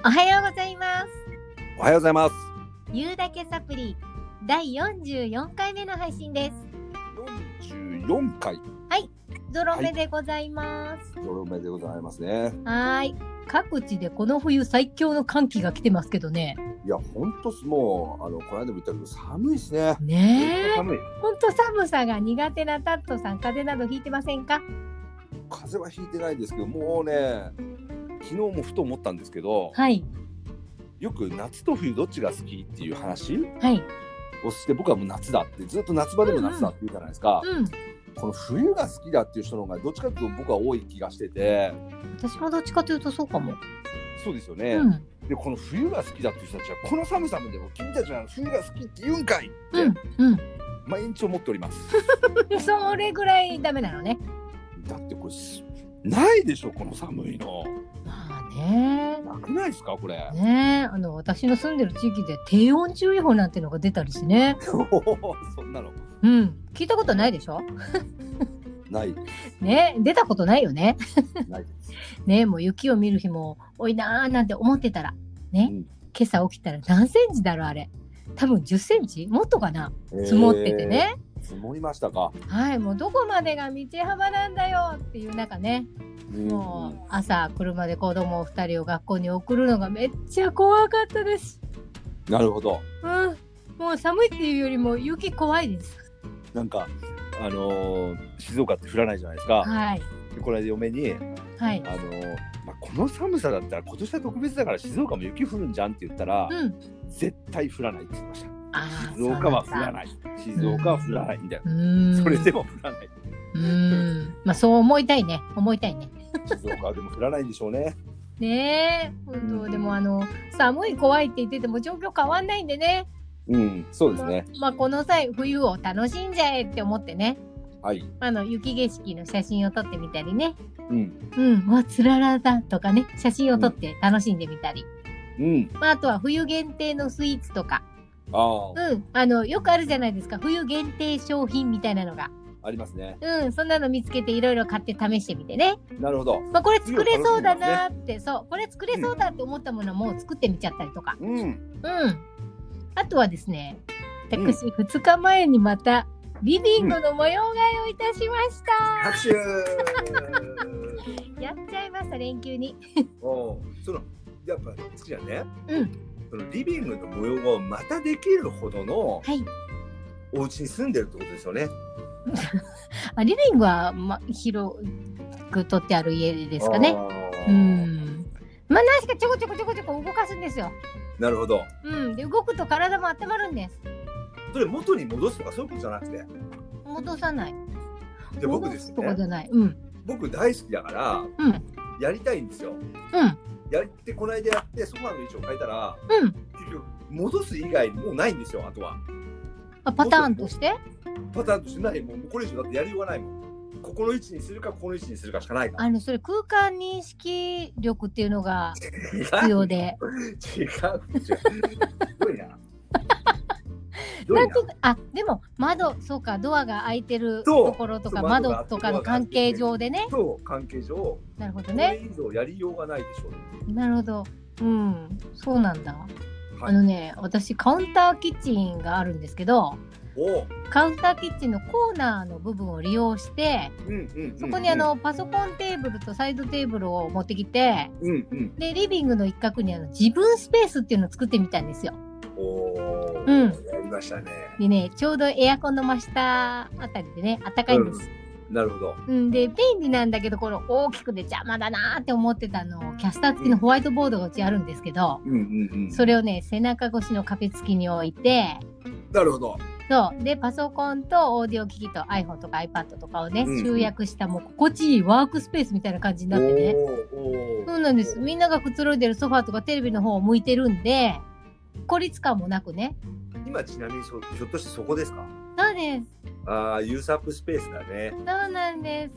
はようございます。 おはようございます。 言うだけサプリ第44回目の配信です。 44回。 はい、ゾロ目でございます。 ゾロ目でございますね。 はい。各地でこの冬最強の寒気が来てますけどね。 いや、ほんともうこの間も言ったけど寒いですね。 ねえ。 寒い。 ほんと寒さが苦手なタットさん、風邪などひいてませんか？ 風邪はひいてないですけど、もうね、昨日もふと思ったんですけど、 はい。 よく夏と冬どっちが好きっていう話はい。 をして、僕はもう夏だってずっと夏場でも夏だって言うじゃないですか。 うん。 この冬が好きだっていう人の方がどっちかというと僕は多い気がしてて。 私もどっちかというとそうかも。 そうですよね。 うん。 でこの冬が好きだっていう人たちはこの寒さでも君たちは冬が好きって言うんかいってうん。 毎日思っております。 それぐらいダメなのね。 だってこれないでしょ、この寒いの。 まあね。 なくないですかこれ。 ねえ、私の住んでる地域で低温注意報なんてのが出たりしてね。 そんなの。 うん、聞いたことないでしょ。 ないね、出たことないよね。 ないです。 ね、もう雪を見る日も多いなーなんて思ってたらね、今朝起きたら何センチだろうあれ。多分10センチもっとかな、積もっててね。 積もりましたか。 はい、もうどこまでが道幅なんだよっていう中ね、もう朝車で子供2人を学校に送るのがめっちゃ怖かったです。 なるほど。 うん、もう寒いっていうよりも雪怖いです。 なんか静岡って降らないじゃないですか。 はい。 でこの間嫁に、 はい、 この寒さだったら今年は特別だから静岡も雪降るんじゃんって言ったら、絶対降らないって言ってました。静岡は降らない。静岡は降らないんだよ。それでも降らない。 まあそう思いたいね。思いたいね。 静岡はでも降らないんでしょうね。 ねえ、本当でも寒い怖いって言ってても状況変わんないんでね。 うん、そうですね。 まあこの際冬を楽しんじゃえって思ってね。 はい。 雪景色の写真を撮ってみたりね。 わ、 つららだとかね、写真を撮って楽しんでみたり。あとは冬限定のスイーツとか。よくあるじゃないですか。冬限定商品みたいなのが。 ありますね。 そんなの見つけていろいろ買って試してみてね。 なるほど。 まあこれ作れそうだなって、そう、これ作れそうだって思ったものも作ってみちゃったりとか。あとはですね、私2日前にまたリビングの模様替えをいたしました。 拍手やっちゃいました、連休に。 やっぱ好きだね。そのリビングの模様がまたできるほどのお家に住んでるってことですよね。 リビングは、広く取ってある家ですかね。まあ何しかちょこちょこ動かすんですよ。 なるほど。 で動くと体も温まるんです。 それ元に戻すとかそういうことじゃなくて。 戻さない。 で僕ですね。 とかじゃない。 僕大好きだから、やりたいんですよ。やってこの間やってソファーの位置を変えたら、結局戻す以外にもうないんですよ。あとは。 パターンとして？ パターンとしてない。もうこれ以上だってやりようがないもん。ここの位置にするかここの位置にするかしかないから。 それ空間認識力っていうのが必要で。 違う。どうや。 なんとでもそうか、ドアが開いてるところとか窓とかの関係上でね。 そう関係上。 なるほどね。 これ以上やりようがないでしょう。 なるほど。そうなんだ。私カウンターキッチンがあるんですけど、カウンターキッチンのコーナーの部分を利用して、そこにパソコンテーブルとサイドテーブルを持ってきて、でリビングの一角に自分スペースっていうのを作ってみたんですよ。 やりましたね。 でね、ちょうどエアコンの真下あたりでね、暖かいんです。 なるほど。 で便利なんだけど、この大きくて邪魔だなーって思ってたキャスター付きのホワイトボードがうちあるんですけど、それをね背中越しの壁付きに置いて。 なるほど。 そうでパソコンとオーディオ機器と iPhone とか iPad とかをね、集約したもう心地いいワークスペースみたいな感じになってね。そうなんです。みんながくつろいでるソファーとかテレビの方を向いてるんで、孤立感もなくね。 今ちなみにひょっとしてそこですか？ そうです。 ユースアップスペースだね。 そうなんです。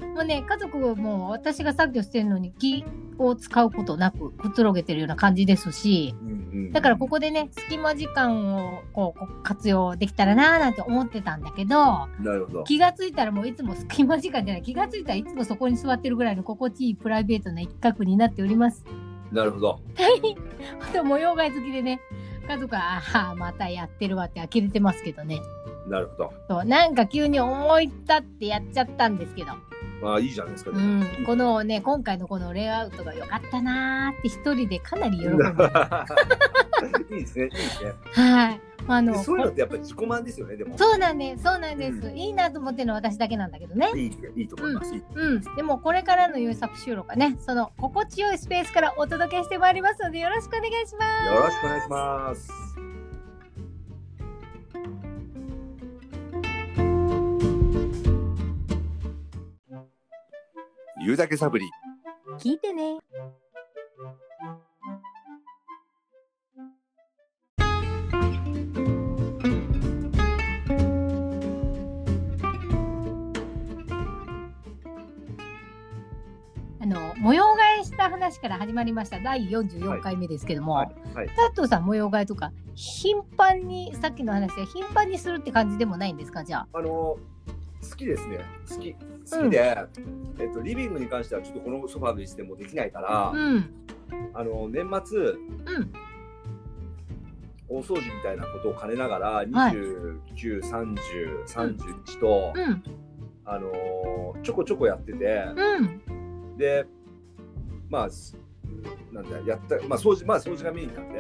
もうね、家族も私が作業してるのに気を使うことなくくつろげてるような感じですし、だからここでね、隙間時間をこう活用できたらなーなんて思ってたんだけど、 なるほど。 気がついたらもういつも隙間時間じゃない、気がついたらいつもそこに座ってるぐらいの心地いいプライベートな一角になっております。 なるほど。 模様替え好きでね、家族はまたやってるわって呆れてますけどね。 なるほど。 そうなんか急に思い立ってやっちゃったんですけど。 まあいいじゃないですか。 このね今回のこのレイアウトが良かったなーって一人でかなり喜んでいいですね、いいですね。 はい。 そういうのってやっぱり自己満ですよね、でも。 そうなんです、そうなんです。いいなと思ってるのは私だけなんだけどね。 いいと思います。 でもこれからの優作収録はね、その心地よいスペースからお届けしてまいりますのでよろしくお願いします。 よろしくお願いします。言うだけサブリ。 聞いてね。模様替えした話から始まりました第44回目ですけども、佐藤さん模様替えとか頻繁にさっきの話で頻繁にするって感じでもないんですか？じゃあ好きですね。好きで、リビングに関してはちょっとこのソファーの椅子でもできないから、年末、大掃除みたいなことを兼ねながら29、30、31と、ちょこちょこやってて、でまあなんだやった掃除がメインなんで、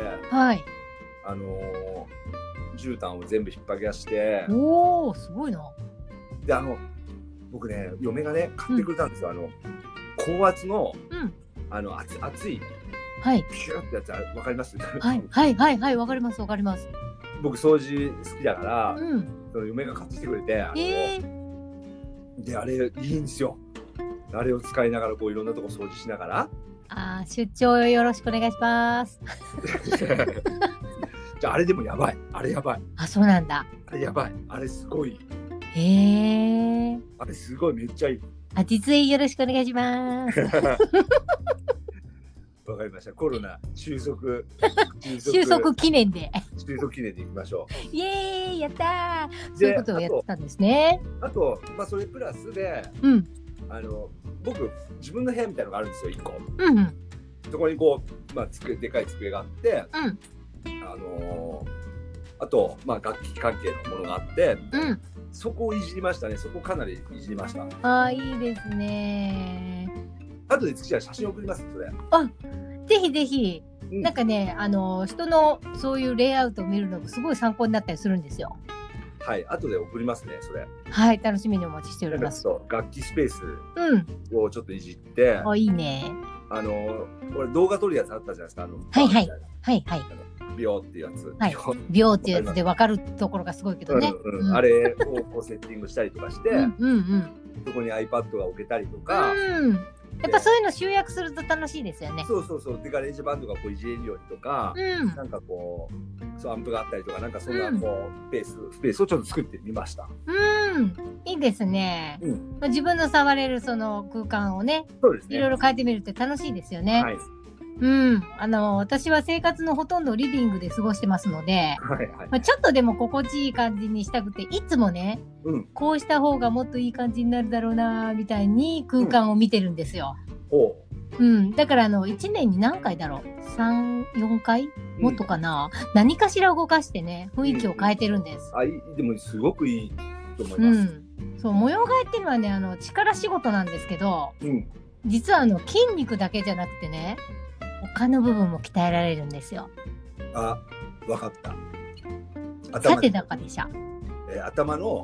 絨毯を全部引っ張り出して、 おーすごいな。 で僕ね嫁がね買ってくれたんですよ、高圧の、熱いピューってやつわかります？ はいわかりますわかります。 僕掃除好きだから、その嫁が買ってきてくれて、であれいいんですよ。あれを使いながらこういろんなとこ掃除しながら。 出張よろしくお願いします。 じゃああれでもやばい。あれやばい。 そうなんだ。 あれやばい。あれすごい。あれすごいめっちゃいい。 実演よろしくお願いします。 わかりました。コロナ収束記念で。 収束記念でいきましょう。イエーイやったー。そういうことをやってたんですね。 あとそれプラスで、僕自分の部屋みたいなのがあるんですよ1個。そこにこうでかい机があって、あと楽器関係のものがあって、そこをいじりましたね。そこかなりいじりました。 いいですね。 後で写真送りますそれ。 ぜひぜひ。なんかね人のそういうレイアウトを見るのもすごい参考になったりするんですよ。 後で送りますねそれ。 楽しみにお待ちしております。 楽器スペースをちょっといじって、 いいね。 これ動画撮るやつあったじゃないですか。秒っていうやつ。 秒っていうやつで分かるところがすごいけどね。 あれをこうセッティングしたりとかして、そこに iPad が置けたりとか。 やっぱそういうの集約すると楽しいですよね。 そうでガレージバンドがこういじれるようにとか、なんかこうアンプがあったりとか、なんかそんなこうスペースをちょっと作ってみました。 いいですね。自分の触れるその空間をね、いろいろ変えてみるって楽しいですよね。私は生活のほとんどをリビングで過ごしてますので、ちょっとでも心地いい感じにしたくて、いつもね、こうした方がもっといい感じになるだろうなみたいに空間を見てるんですよ。だから1年に何回だろう、3、4回もっとかな、何かしら動かしてね、雰囲気を変えてるんです。 でもすごくいいと思います。 そう模様替えっていうのはね力仕事なんですけど、実は筋肉だけじゃなくてね、他の部分も鍛えられるんですよ。 わかった。 さて中でしょ。 頭の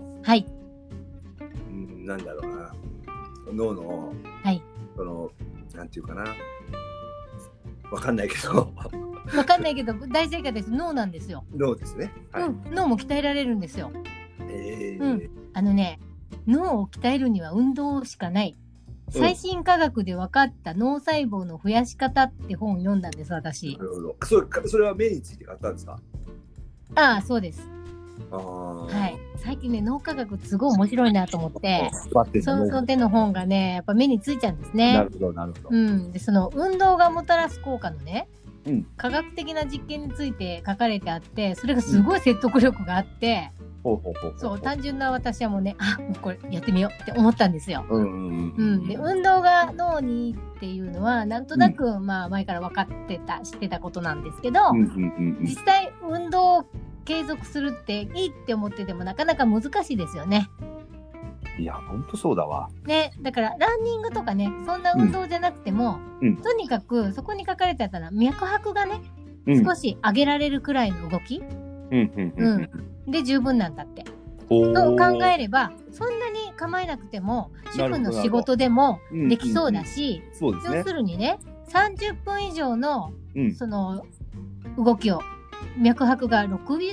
なんだろうな、脳のそのなんていうかな、わかんないけど大正解です。脳なんですよ。 脳ですね。 脳も鍛えられるんですよ。脳を鍛えるには運動しかない。最新科学で分かった脳細胞の増やし方って本を読んだんです私。 なるほど。それは目について買ったんですか？ そうです。最近ね脳科学すごい面白いなと思って、その手の本がねやっぱ目についちゃうんですね。 なるほど。 でその運動がもたらす効果のね、科学的な実験について書かれてあって、それがすごい説得力があって、 そう単純な私はもうね、もうこれやってみようって思ったんですよ。で運動が脳にいいっていうのはなんとなく、前から分かってた知ってたことなんですけど、実際運動を継続するっていいって思っててもなかなか難しいですよね。 いやほんとそうだわ。 ね、だからランニングとかね、そんな運動じゃなくても、とにかくそこに書かれてあったのは脈拍がね、少し上げられるくらいの動き、で十分なんだって。と考えればそんなに構えなくても主婦の仕事でもできそうだし、要するにね30分以上のその動きを脈拍が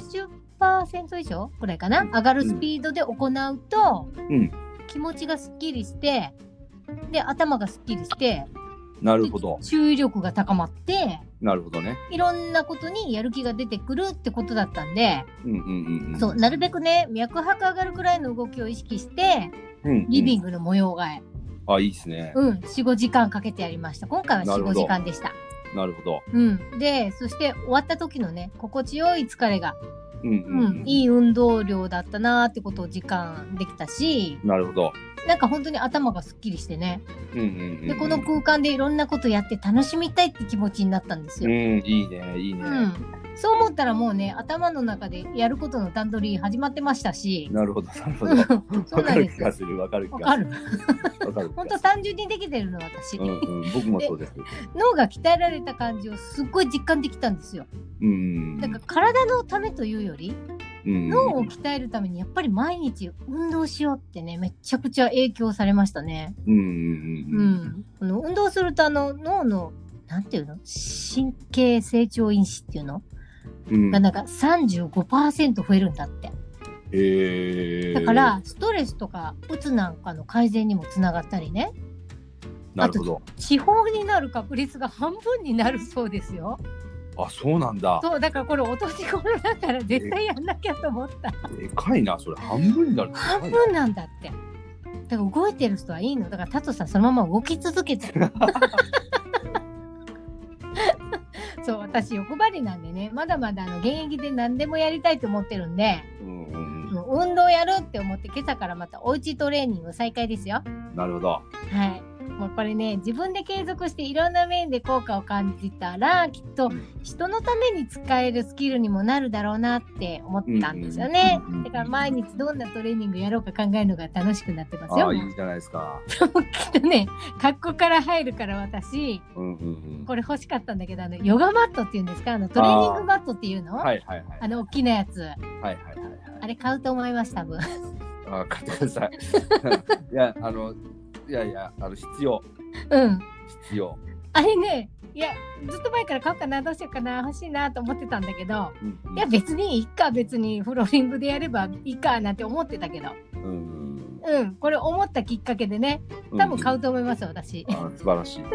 60%以上くらいかな、上がるスピードで行うと、気持ちがすっきりしてで頭がすっきりして、 なるほど、 注意力が高まって、 なるほどね、 いろんなことにやる気が出てくるってことだったんで、そうなるべくね脈拍上がるくらいの動きを意識して、リビングの模様替え、 いいですね。 4、5時間かけてやりました。今回は4、5時間でした。 なるほど。 でそして終わった時のね心地よい疲れが、いい運動量だったなーってことを実感できたし、 なるほど、 なんか本当に頭がすっきりしてね、でこの空間でいろんなことやって楽しみたいって気持ちになったんですよ。 いいねいいね、 そう思ったらもうね頭の中でやることの段取り始まってましたし。 なるほどなるほどそうなんです。 わかる気がするわかる気がする本当単純にできてるの私、 僕もそうです。 脳が鍛えられた感じをすっごい実感できたんですよ。だから体のためというより、脳を鍛えるためにやっぱり毎日運動しようってねめちゃくちゃ影響されましたね。この運動すると脳のなんていうの神経成長因子っていうの、がなんか 35% 増えるんだって。だからストレスとかうつなんかの改善にもつながったりね。 なるほど。 あと痴呆になる確率が半分になるそうですよ。 そうなんだ。 そうだからこれお年頃だから絶対やんなきゃと思った。 でかいなそれ、半分になる。 半分なんだって。だから動いてる人はいいのだから、タトさんそのまま動き続けてるそう私欲張りなんでね、まだまだ現役で何でもやりたいと思ってるんで、運動やるって思って今朝からまたおうちトレーニング再開ですよ。 なるほど。 はい、もうこれね自分で継続していろんな面で効果を感じたらきっと人のために使えるスキルにもなるだろうなって思ったんですよね。だから毎日どんなトレーニングやろうか考えるのが楽しくなってますよ。 いいじゃないですか。 きっとね格好から入るから私、これ欲しかったんだけどヨガマットっていうんですか、トレーニングマットっていうの、大きなやつ、あれ買うと思います多分。 買ってください。いや必要。必要。 あれね、いやずっと前から買おうかな、どうしようかな、欲しいなと思ってたんだけど、いや別にいいか、別にフローリングでやればいいかなんて思ってたけど、これ思ったきっかけでね、多分買うと思います、私。 素晴らしい。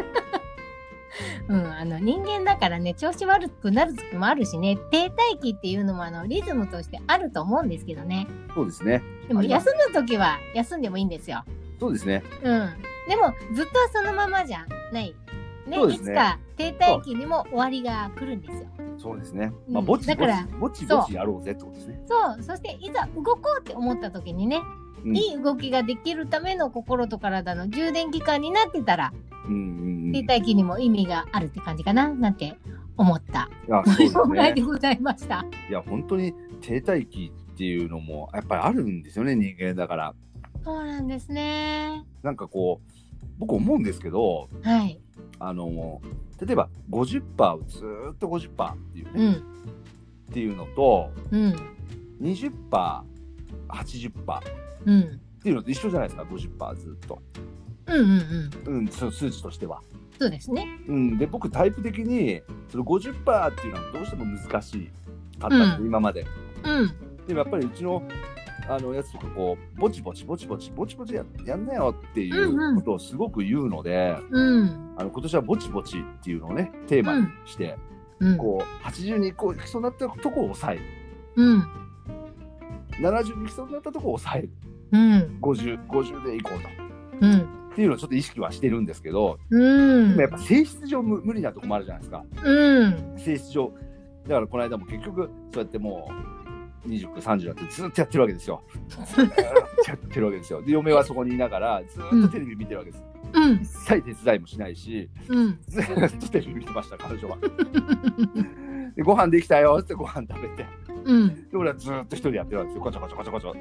人間だからね調子悪くなる時もあるしね、停滞期っていうのもリズムとしてあると思うんですけどね。 そうですね。 でも休む時は休んでもいいんですよ。 そうですね。 でもずっとはそのままじゃないね。いつか停滞期にも終わりが来るんですよ。 そうですね。ぼちぼちやろうぜってことですね。 そしていざ動こうって思った時にね、いい動きができるための心と体の充電期間になってたら、停滞期にも意味があるって感じかななんて思った紹介でございました。 いや本当に停滞期っていうのもやっぱりあるんですよね、人間だから。 そうなんですね。 なんかこう僕思うんですけど、例えば 50% をずっと 50% っていうね、っていうのと、20% 80% っていうのと一緒じゃないですか。 50% ずっとその数値としては。 そうですね。 で僕タイプ的にその 50% っていうのはどうしても難しかったんです、今まで。でもやっぱりうちのやつとかこうぼちぼちやんなよっていうことをすごく言うので、今年はぼちぼちっていうのをねテーマにして、こう80にこう行きそうになったとこを抑える、70に行きそうになったとこを抑える、50で行こうと、っていうのをちょっと意識はしてるんですけど、でもやっぱ性質上無理なとこもあるじゃないですか。性質上だからこの間も結局そうやってもう 29、30になってずっとやってるわけですよ。ずっとやってるわけですよ。で嫁はそこにいながらずっとテレビ見てるわけです。一切手伝いもしないし、ずっとテレビ見てました彼女は。でご飯できたよってご飯食べて、で俺はずっと一人でやってるわけですよ。こちょこちょこちょこち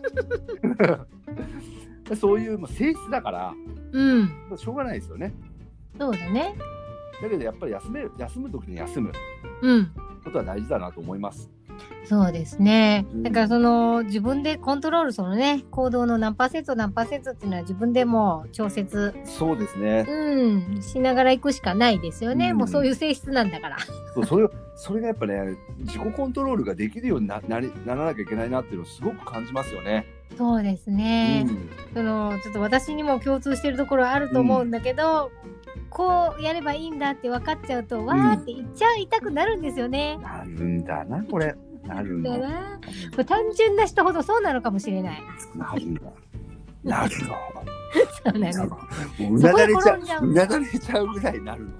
ょ。そういう性質だから、しょうがないですよね。 そうだね。 だけどやっぱり休む時に休むことは大事だなと思います。 そうですね。だから自分でコントロール行動の何パーセントっていうのは自分でも調節そうですね。 しながら行くしかないですよね。もうそういう性質なんだから。 それがやっぱね自己コントロールができるようにならなきゃいけないなっていうのをすごく感じますよね。 そうですね。ちょっと私にも共通してるところはあると思うんだけど、こうやればいいんだって分かっちゃうと、わーって言っちゃいたくなるんですよね。 なるんだなこれ。なるんだな。単純な人ほどそうなのかもしれない。 なるんだ。なるの。 そうなんです。 うなだれちゃうぐらいになるの。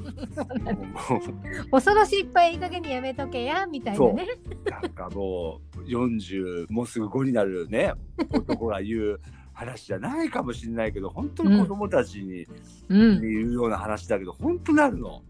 恐ろしいいっぱいいい加減にやめとけやみたいなね。 なんかもう40もうすぐ5になるね男が言う話じゃないかもしれないけど、本当に子供たちに言うような話だけど、本当なるの。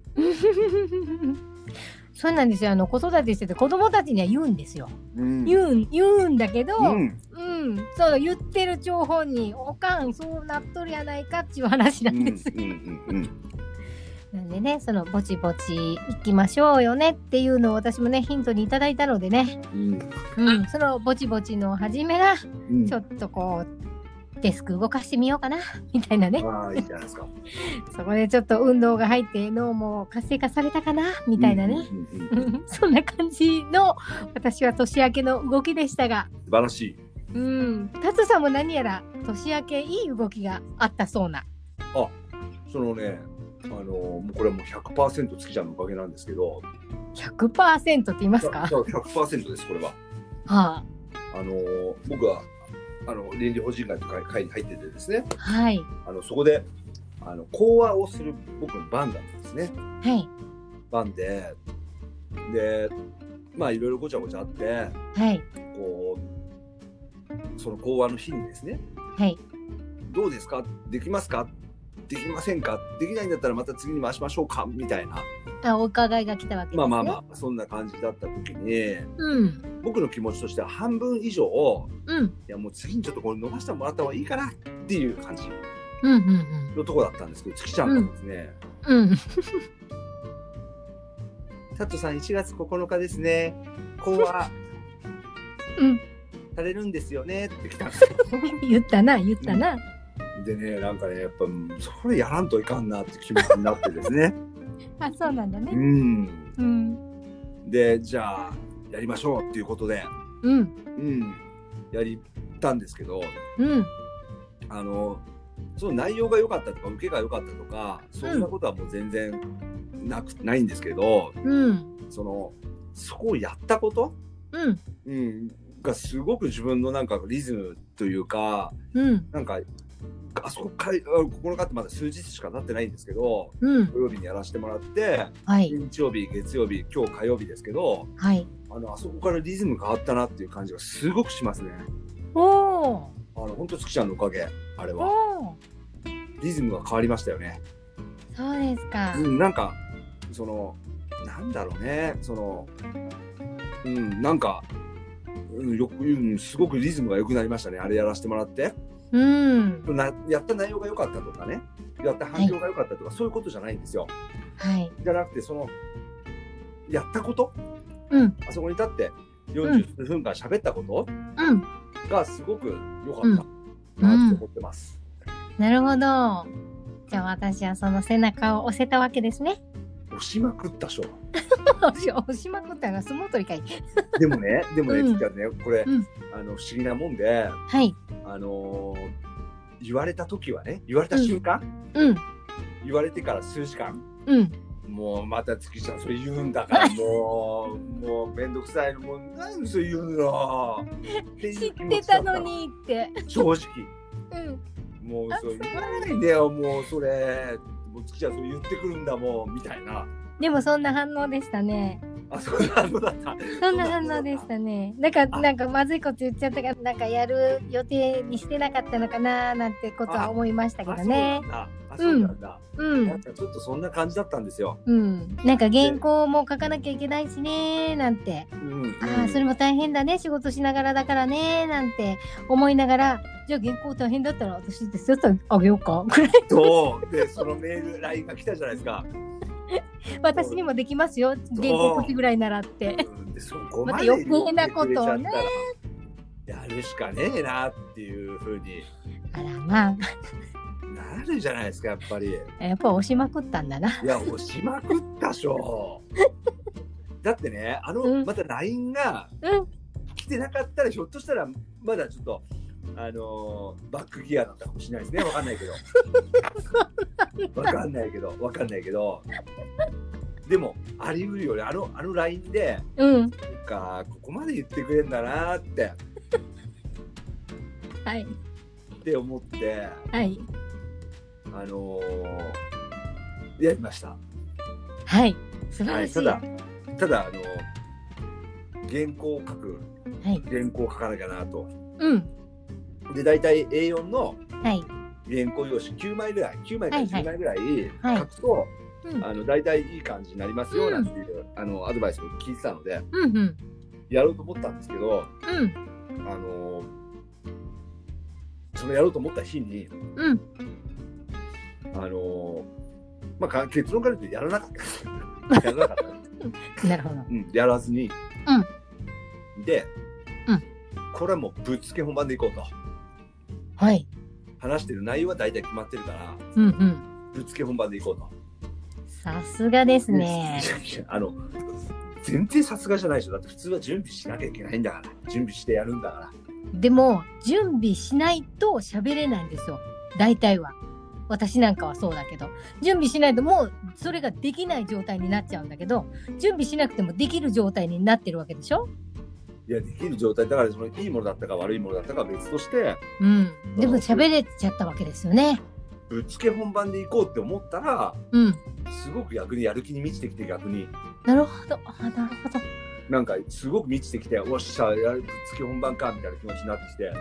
そうなんですよ。子育てしてて子供たちには言うんですよ。言うんだけど、そう言ってる張本人おかんそうなっとるやないかっていう話なんですよ。なんでね、ぼちぼち行きましょうよねっていうのを私もねヒントにいただいたのでね、そのぼちぼちの始めが、ちょっとこうデスク動かしてみようかなみたいなね。 いいじゃないですか。 そこでちょっと運動が入って脳も活性化されたかなみたいなね、そんな感じの私は年明けの動きでしたが、 素晴らしい。 タツさんも何やら年明けいい動きがあったそうな。 そのねもうこれはもう 100% 月ちゃんのおかげなんですけど。 100% って言いますか。 100% ですこれは。僕は倫理法人会という会に入っててですね、そこで講話をする僕の番だったんですね。番でいろいろごちゃごちゃあって、こうその講話の日にですね、どうですか、できますか、できませんか、できないんだったらまた次に回しましょうかみたいなお伺いが来たわけですね。 そんな感じだった時に、僕の気持ちとしては半分以上を、いやもう次にちょっとこれ伸ばしてもらった方がいいかなっていう感じのとこだったんですけど、月ちゃんがですね、タットさん1月9日ですね、講話されるんですよねって来たんですよ。 言ったな。 でね、なんかね、やっぱそれやらんといかんなって気持ちになってですね。 そうなんだね。 で、じゃあやりましょうっていうことで、やったんですけど、その内容が良かったとか受けが良かったとか、そんなことはもう全然ないんですけど、そこをやったこと、がすごく自分のなんかリズムというか、なんかそこから9日ってまだ数日しか経ってないんですけど、土曜日にやらせてもらって、日曜日月曜日今日火曜日ですけど、あそこからリズム変わったなっていう感じがすごくしますね。本当月ちゃんのおかげ、あれはリズムが変わりましたよね。 そうですか。 なんかなんだろうね、なんか、すごくリズムが良くなりましたね、あれやらせてもらって。やった内容が良かったとかね、やった反響が良かったとか、そういうことじゃないんですよ。じゃなくてやったこと、あそこに立って40分間喋ったことがすごく良かったなって思ってます。 なるほど。じゃあ私はその背中を押せたわけですね。 押しまくったしょ。 押しまくったら相撲取りかい。 でもね、これ、不思議なもんで、言われた時はね、言われた瞬間、言われてから数時間、もうまた月ちゃんそれ言うんだからもうめんどくさいの、もう何それ言うの知ってたのにって正直、もうそれ言わないでよ、もうそれもう月ちゃんそれ言ってくるんだもんみたいな。 でもそんな反応でしたね。 そんな反応だった。 そんな反応でしたね。なんかまずいこと言っちゃったから、なんかやる予定にしてなかったのかななんてことは思いましたけどね。 そうなんだ。なんかちょっとそんな感じだったんですよ。 なんか原稿も書かなきゃいけないしねなんて。それも大変だね、仕事しながらだからねなんて思いながら、じゃあ原稿大変だったら私手伝ってあげようかくらい。 そうで、そのメール LINE が来たじゃないですか。 私にもできますよ、原稿こっちぐらいならって。また余計なことをねやるしかねえなっていう風にまあなるじゃないですか。やっぱ押しまくったんだな。 いや押しまくったでしょだってね、また LINE が来てなかったら、ひょっとしたらまだちょっとバックギアだったかもしれないですね。わかんないけどでもあり得るよね。あの LINE で、なんかここまで言ってくれんだなってって思って、やりました。 素晴らしい。 ただ原稿を書く、原稿を書かなきゃなと。で、大体 A4 の原稿用紙9枚ぐらい、9枚から10枚ぐらい書くと、大体いい感じになりますよなんていう、アドバイスを聞いてたので、やろうと思ったんですけど、そのやろうと思った日に、結論から言うとやらなかったです。 なるほど。 やらずに、で、これはもうぶっつけ本番でいこうと。話してる内容は大体決まってるから、ぶっつけ本番でいこうと。 さすがですね。 全然さすがじゃないでしょ。だって普通は準備しなきゃいけないんだから、準備してやるんだから。 でも準備しないと喋れないんですよ、大体は。私なんかはそうだけど、準備しないともうそれができない状態になっちゃうんだけど、準備しなくてもできる状態になってるわけでしょ。 いや、できる状態だから、そのいいものだったか悪いものだったかは別として、 でも喋れちゃったわけですよね。 ぶっつけ本番で行こうって思ったら、すごく逆にやる気に満ちてきて、逆になるほど、なるほど、 なんかすごく満ちてきて、おっしゃ、ぶっつけ本番かみたいな気持ちになってきて、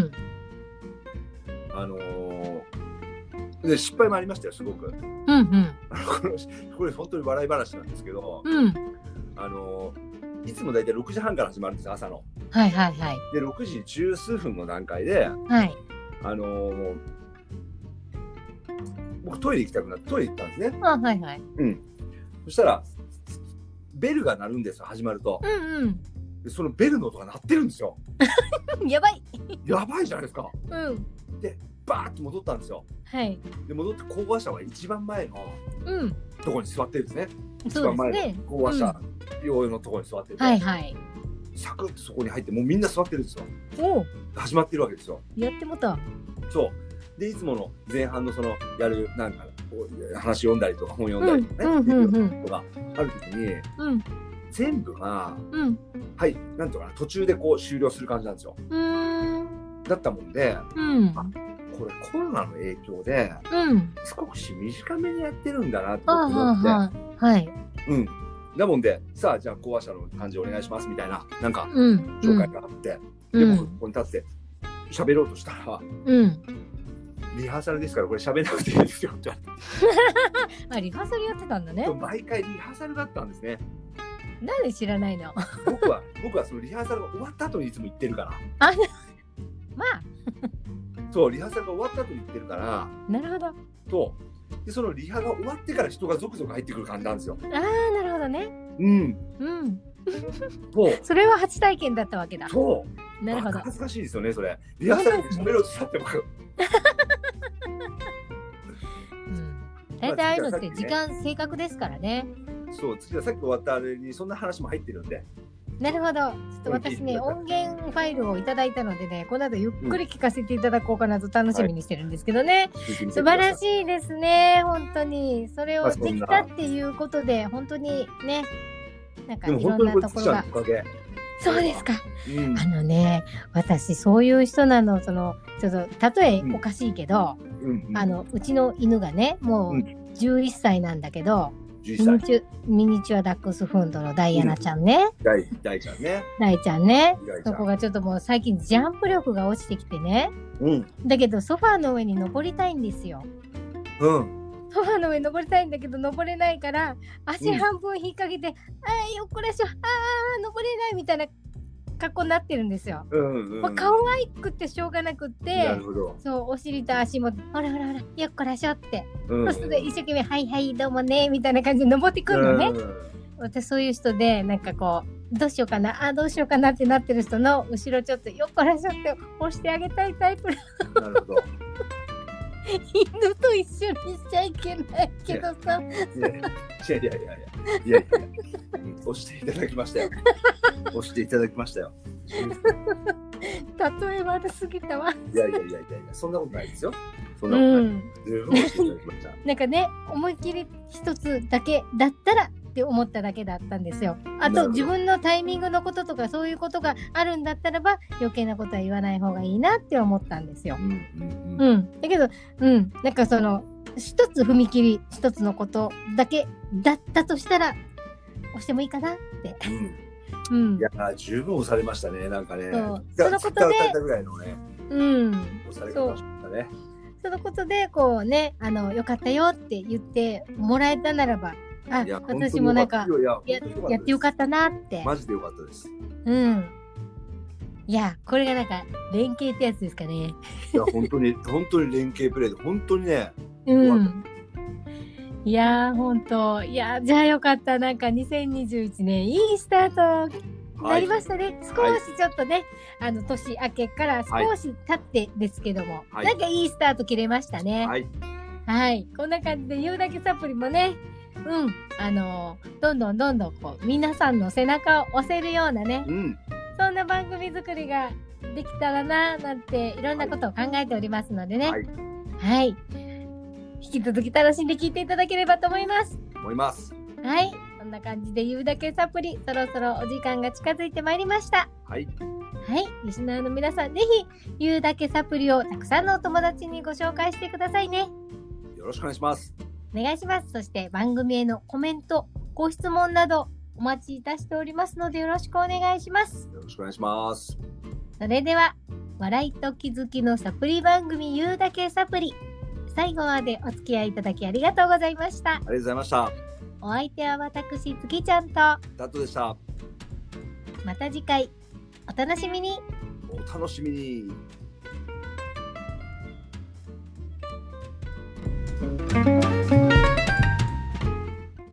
で失敗もありましたよ、すごく。これ本当に笑い話なんですけど、いつもだいたい6時半から始まるんですよ、朝の。で、6時10数分の段階で、僕トイレ行きたくなってトイレ行ったんですね。そしたらベルが鳴るんですよ、始まると。でそのベルの音が鳴ってるんですよ。 やばいやばいじゃないですか。でバーッと戻ったんですよ。で戻って講話者は一番前のところに座ってるんですね。一番前の講話者用のところに座ってて、サクッとそこに入って、もうみんな座ってるんですよ。始まってるわけですよ。 やってもた。 そうで、いつもの前半のそのやるなんか話読んだりとか本読んだりとかね、とかある時に、全部がはいなんとかな途中でこう終了する感じなんですよ。だったもんで、これコロナの影響で少し短めにやってるんだなって思って、だもんで、さあじゃあ講話者の感じお願いしますみたいな、なんか紹介があって、で僕ここに立って喋ろうとしたら、リハーサルですからこれ喋らなくていいですよって言われて。 リハーサルやってたんだね。 毎回リハーサルだったんですね。 なんで知らないの。 僕はそのリハーサルが終わった後にいつも言ってるから。 まあそう、リハーサルが終わった後に言ってるから。 なるほど。 でそのリハが終わってから人が続々入ってくる感じなんですよ。 なるほどね。それは初体験だったわけだ。なるほど。 恥ずかしいですよね、それ。リハーサルで喋ろうとしたって僕。 大体ああいうのって時間正確ですからね。 そう、次はさっき終わったあれにそんな話も入ってるんで。 なるほど。ちょっと私ね、音源ファイルをいただいたのでね、この後ゆっくり聞かせていただこうかなと楽しみにしてるんですけどね。素晴らしいですね、本当に。それをできたっていうことで、本当にね、なんかいろんなところが。そうですか。私そういう人なの。ちょっと例えおかしいけど、うちの犬がね、もう11歳なんだけど、 11歳。 ミニチュアダックスフンドのダイアナちゃんね。 ダイちゃんね。 ダイちゃんね。そこがちょっともう最近ジャンプ力が落ちてきてね。だけどソファーの上に登りたいんですよ。ソファーの上に登りたいんだけど登れないから足半分引っ掛けて、よっこらしょ、登れないみたいな格好になってるんですよ。可愛くてしょうがなくって、そうお尻と足もほらよっこらしょって、そうすると一生懸命はいどうもねみたいな感じで登ってくるのね。私そういう人でなんかこうどうしようかなってなってる人の後ろちょっとよっこらしょって押してあげたいタイプ。なるほど。犬と一緒にしちゃいけないけどさ。 いや押していただきましたよ。 例え悪すぎたわ。 いやそんなことないですよ。そんなことない。十分押していただきました。 なんかね、思いっきり一つだけだったらって思っただけだったんですよ。あと自分のタイミングのこととかそういうことがあるんだったらば余計なことは言わない方がいいなって思ったんですよ。だけどなんかその一つ踏み切り一つのことだけだったとしたら押してもいいかなって。 いや十分押されましたね。なんかね。 そのことでぐらいのね。押されましたね。 そのことでこうねよかったよって言ってもらえたならば。私もなんかやってよかったなって。 マジでよかったです。 いやこれがなんか連携ってやつですかね。 いや本当に連携プレーで本当にね。 いや本当じゃあよかった。なんか2021年いいスタートなりましたね。少しちょっとね年明けから少し経ってですけども、なんかいいスタート切れましたね。こんな感じで言うだけサプリもね。どんどんこう皆さんの背中を押せるようなね、そんな番組作りができたらななんていろんなことを考えておりますのでね、引き続き楽しんで聞いていただければと思います。そんな感じで言うだけサプリそろそろお時間が近づいてまいりました。リスナーの皆さんぜひ言うだけサプリをたくさんのお友達にご紹介してくださいね。 よろしくお願いします。 お願いします。そして番組へのコメント、ご質問などお待ちいたしておりますのでよろしくお願いします。 よろしくお願いします。 それでは笑いと気づきのサプリ番組言うだけサプリ、最後までお付き合いいただきありがとうございました。 ありがとうございました。 お相手は私つきちゃんとタトでした。 また次回お楽しみに。 お楽しみに。